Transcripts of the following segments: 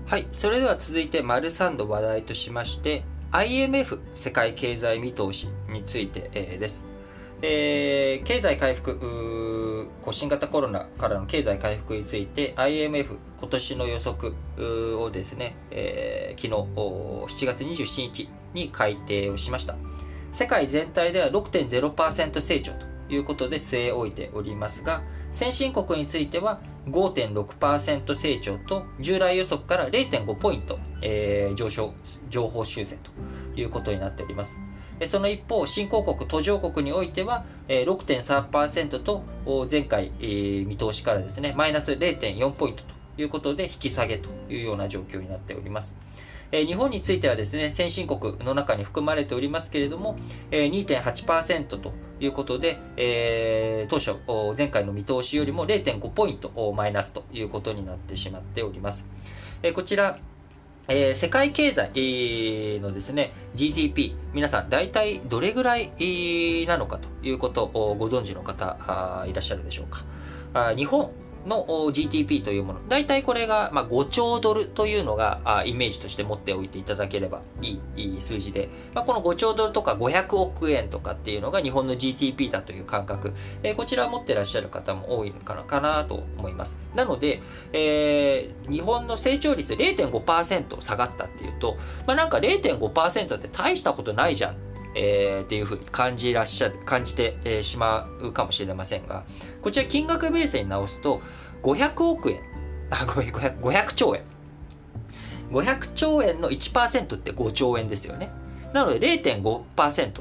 はい、それでは続いて丸3の話題としまして IMF 世界経済見通しについて、です。経済回復、新型コロナからの経済回復について IMF 今年の予測をですね、昨日7月27日に改定をしました。世界全体では 6.0% 成長ということで据え置いておりますが、先進国については 5.6% 成長と従来予測から 0.5 ポイント、上方修正ということになっております。その一方、新興国途上国においては 6.3% と前回見通しからですねマイナス 0.4 ポイントということで引き下げというような状況になっております。日本についてはですね先進国の中に含まれておりますけれども 2.8% ということで、当初前回の見通しよりも 0.5 ポイントマイナスということになってしまっております。こちら世界経済のですね GDP 皆さん大体どれぐらいなのかということをご存知の方いらっしゃるでしょうか。日本の GDP というもの、大体これが5兆ドルというのがイメージとして持っておいていただければいい数字で、この5兆ドルとか500億円とかっていうのが日本の GDP だという感覚、こちらを持ってらっしゃる方も多いのかなと思います。なので、日本の成長率 0.5% 下がったっていうと、なんか 0.5% って大したことないじゃんっていうふうに感じてしまうかもしれませんが、こちら金額ベースに直すと500億円500兆円500兆円の 1% って5兆円ですよね。なので 0.5% って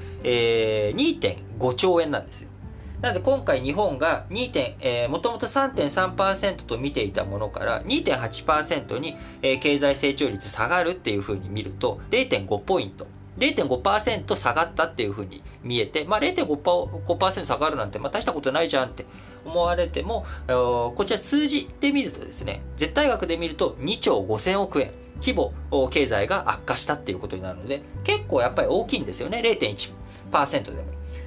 、2.5 兆円なんですよ。なので今回日本がもともと 3.3% と見ていたものから 2.8% に、経済成長率下がるっていうふうに見ると 0.5 ポイント0.5% 下がったっていうふうに見えて、0.5% 下がるなんて大したことないじゃんって思われても、こちら数字で見るとですね絶対額で見ると2兆5000億円規模経済が悪化したっていうことになるので、結構やっぱり大きいんですよね。 0.1% でも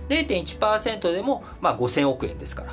0.1% でも5000億円ですから、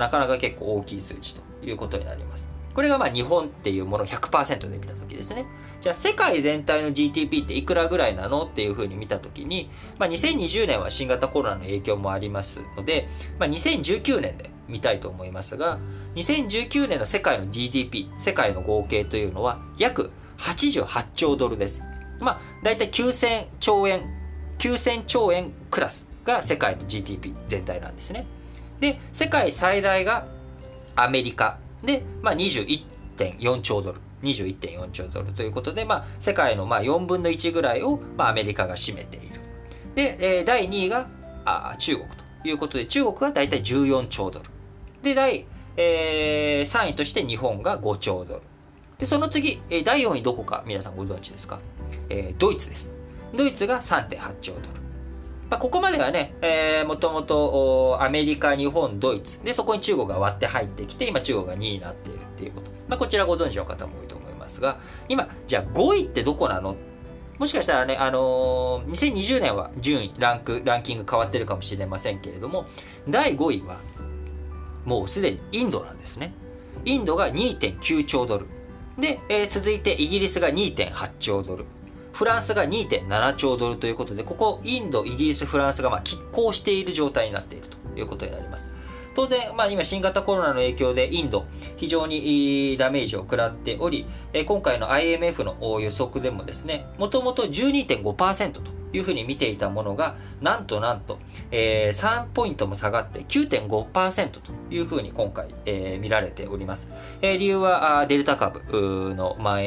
なかなか結構大きい数字ということになります。これが日本っていうものを 100% で見たときですね。じゃあ世界全体の GDP っていくらぐらいなのっていうふうに見たときに、2020年は新型コロナの影響もありますので、2019年で見たいと思いますが、2019年の世界の GDP、世界の合計というのは約88兆ドルです。だいたい9000兆円クラスが世界の GDP 全体なんですね。で、世界最大がアメリカで、21.4 兆ドル。21.4 兆ドルということで、世界の4分の1ぐらいをアメリカが占めている。で、第2位が中国ということで、中国がだいたい14兆ドル。で、第3位として日本が5兆ドル。で、その次、第4位どこか皆さんご存知ですか？ドイツです。ドイツが 3.8 兆ドル。ここまではね、もともとアメリカ、日本、ドイツでそこに中国が割って入ってきて、今中国が2位になっているっていうこと、こちらご存知の方も多いと思いますが、今じゃあ5位ってどこなの？もしかしたらね、2020年は順位ランキング変わってるかもしれませんけれども、第5位はもうすでにインドなんですね。インドが 2.9 兆ドルで、続いてイギリスが 2.8 兆ドル、フランスが 2.7 兆ドルということで、ここインド、イギリス、フランスが拮抗している状態になっているということになります。当然、今新型コロナの影響でインド非常にダメージを食らっており、今回の IMF の予測でもですね、もともと 12.5% というふうに見ていたものがなんと、3ポイントも下がって 9.5% というふうに今回、見られております。理由はデルタ株の蔓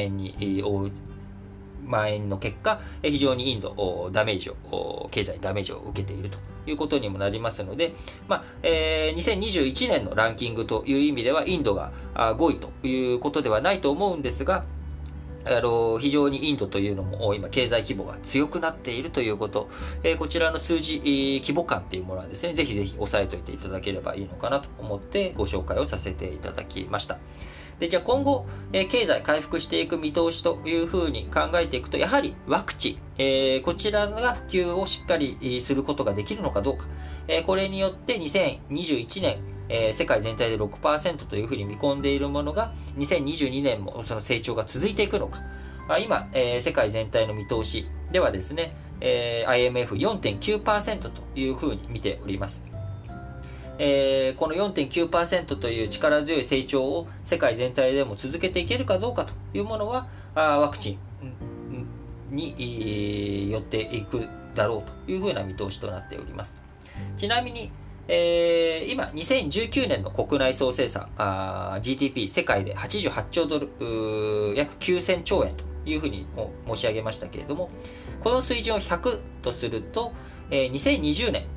延の結果、非常にインド経済ダメージを受けているということにもなりますので、2021年のランキングという意味ではインドが5位ということではないと思うんですが、非常にインドというのも今経済規模が強くなっているということ、こちらの数字、規模感っていうものはですね、ぜひぜひ押さえておいていただければいいのかなと思ってご紹介をさせていただきました。で、じゃあ今後、経済回復していく見通しというふうに考えていくと、やはりワクチン、こちらが普及をしっかりすることができるのかどうか、これによって2021年、 世界全体で 6% というふうに見込んでいるものが、2022年もその成長が続いていくのか。今、世界全体の見通しではですね、IMF4.9% というふうに見ております。この 4.9% という力強い成長を世界全体でも続けていけるかどうかというものは、ワクチンによっていくだろうというふうな見通しとなっております。ちなみに、今2019年の国内総生産GDP 世界で88兆ドル約9000兆円というふうに申し上げましたけれども、この水準を100とすると、2020年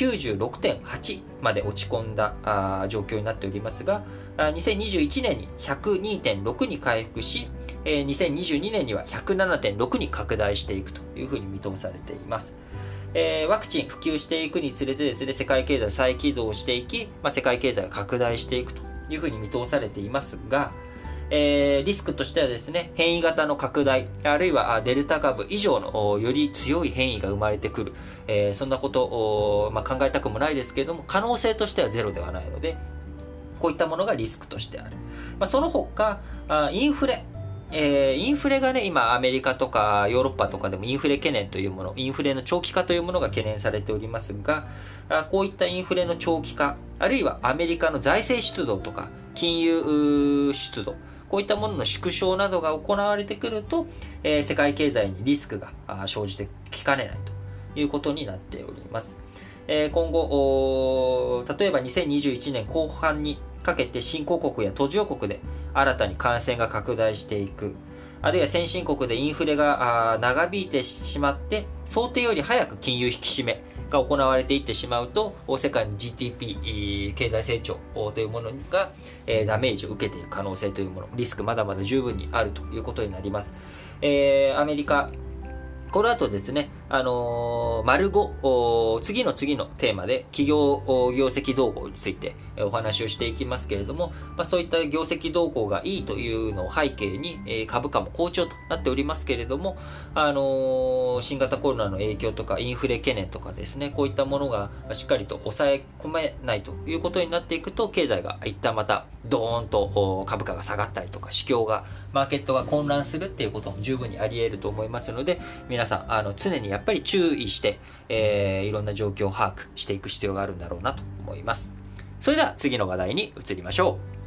96.8 まで落ち込んだ状況になっておりますが、2021年に 102.6 に回復し、2022年には 107.6 に拡大していくというふうに見通されています。ワクチン普及していくにつれてですね、世界経済再起動していき、世界経済が拡大していくというふうに見通されていますが、リスクとしてはですね、変異型の拡大、あるいはデルタ株以上のより強い変異が生まれてくる、そんなことを、考えたくもないですけれども、可能性としてはゼロではないので、こういったものがリスクとしてある。その他、インフレがね、今アメリカとかヨーロッパとかでもインフレ懸念というもの、インフレの長期化というものが懸念されておりますが、こういったインフレの長期化、あるいはアメリカの財政出動とか金融出動、こういったものの縮小などが行われてくると、世界経済にリスクが生じてきかねないということになっております。今後、例えば2021年後半にかけて新興国や途上国で新たに感染が拡大していく、あるいは先進国でインフレが長引いてしまって想定より早く金融引き締めが行われていってしまうと、世界の GDP 経済成長というものがダメージを受けていく可能性というもの、リスクまだまだ十分にあるということになります。アメリカ、この後ですね、丸5、次のテーマで企業業績動向についてお話をしていきますけれども、そういった業績動向がいいというのを背景に株価も好調となっておりますけれども、新型コロナの影響とかインフレ懸念とかですね、こういったものがしっかりと抑え込めないということになっていくと、経済が一旦またドーンと株価が下がったりとか、市況がマーケットが混乱するっていうことも十分にあり得ると思いますので、皆さん常にやっぱり注意して、いろんな状況を把握していく必要があるんだろうなと思います。それでは次の話題に移りましょう。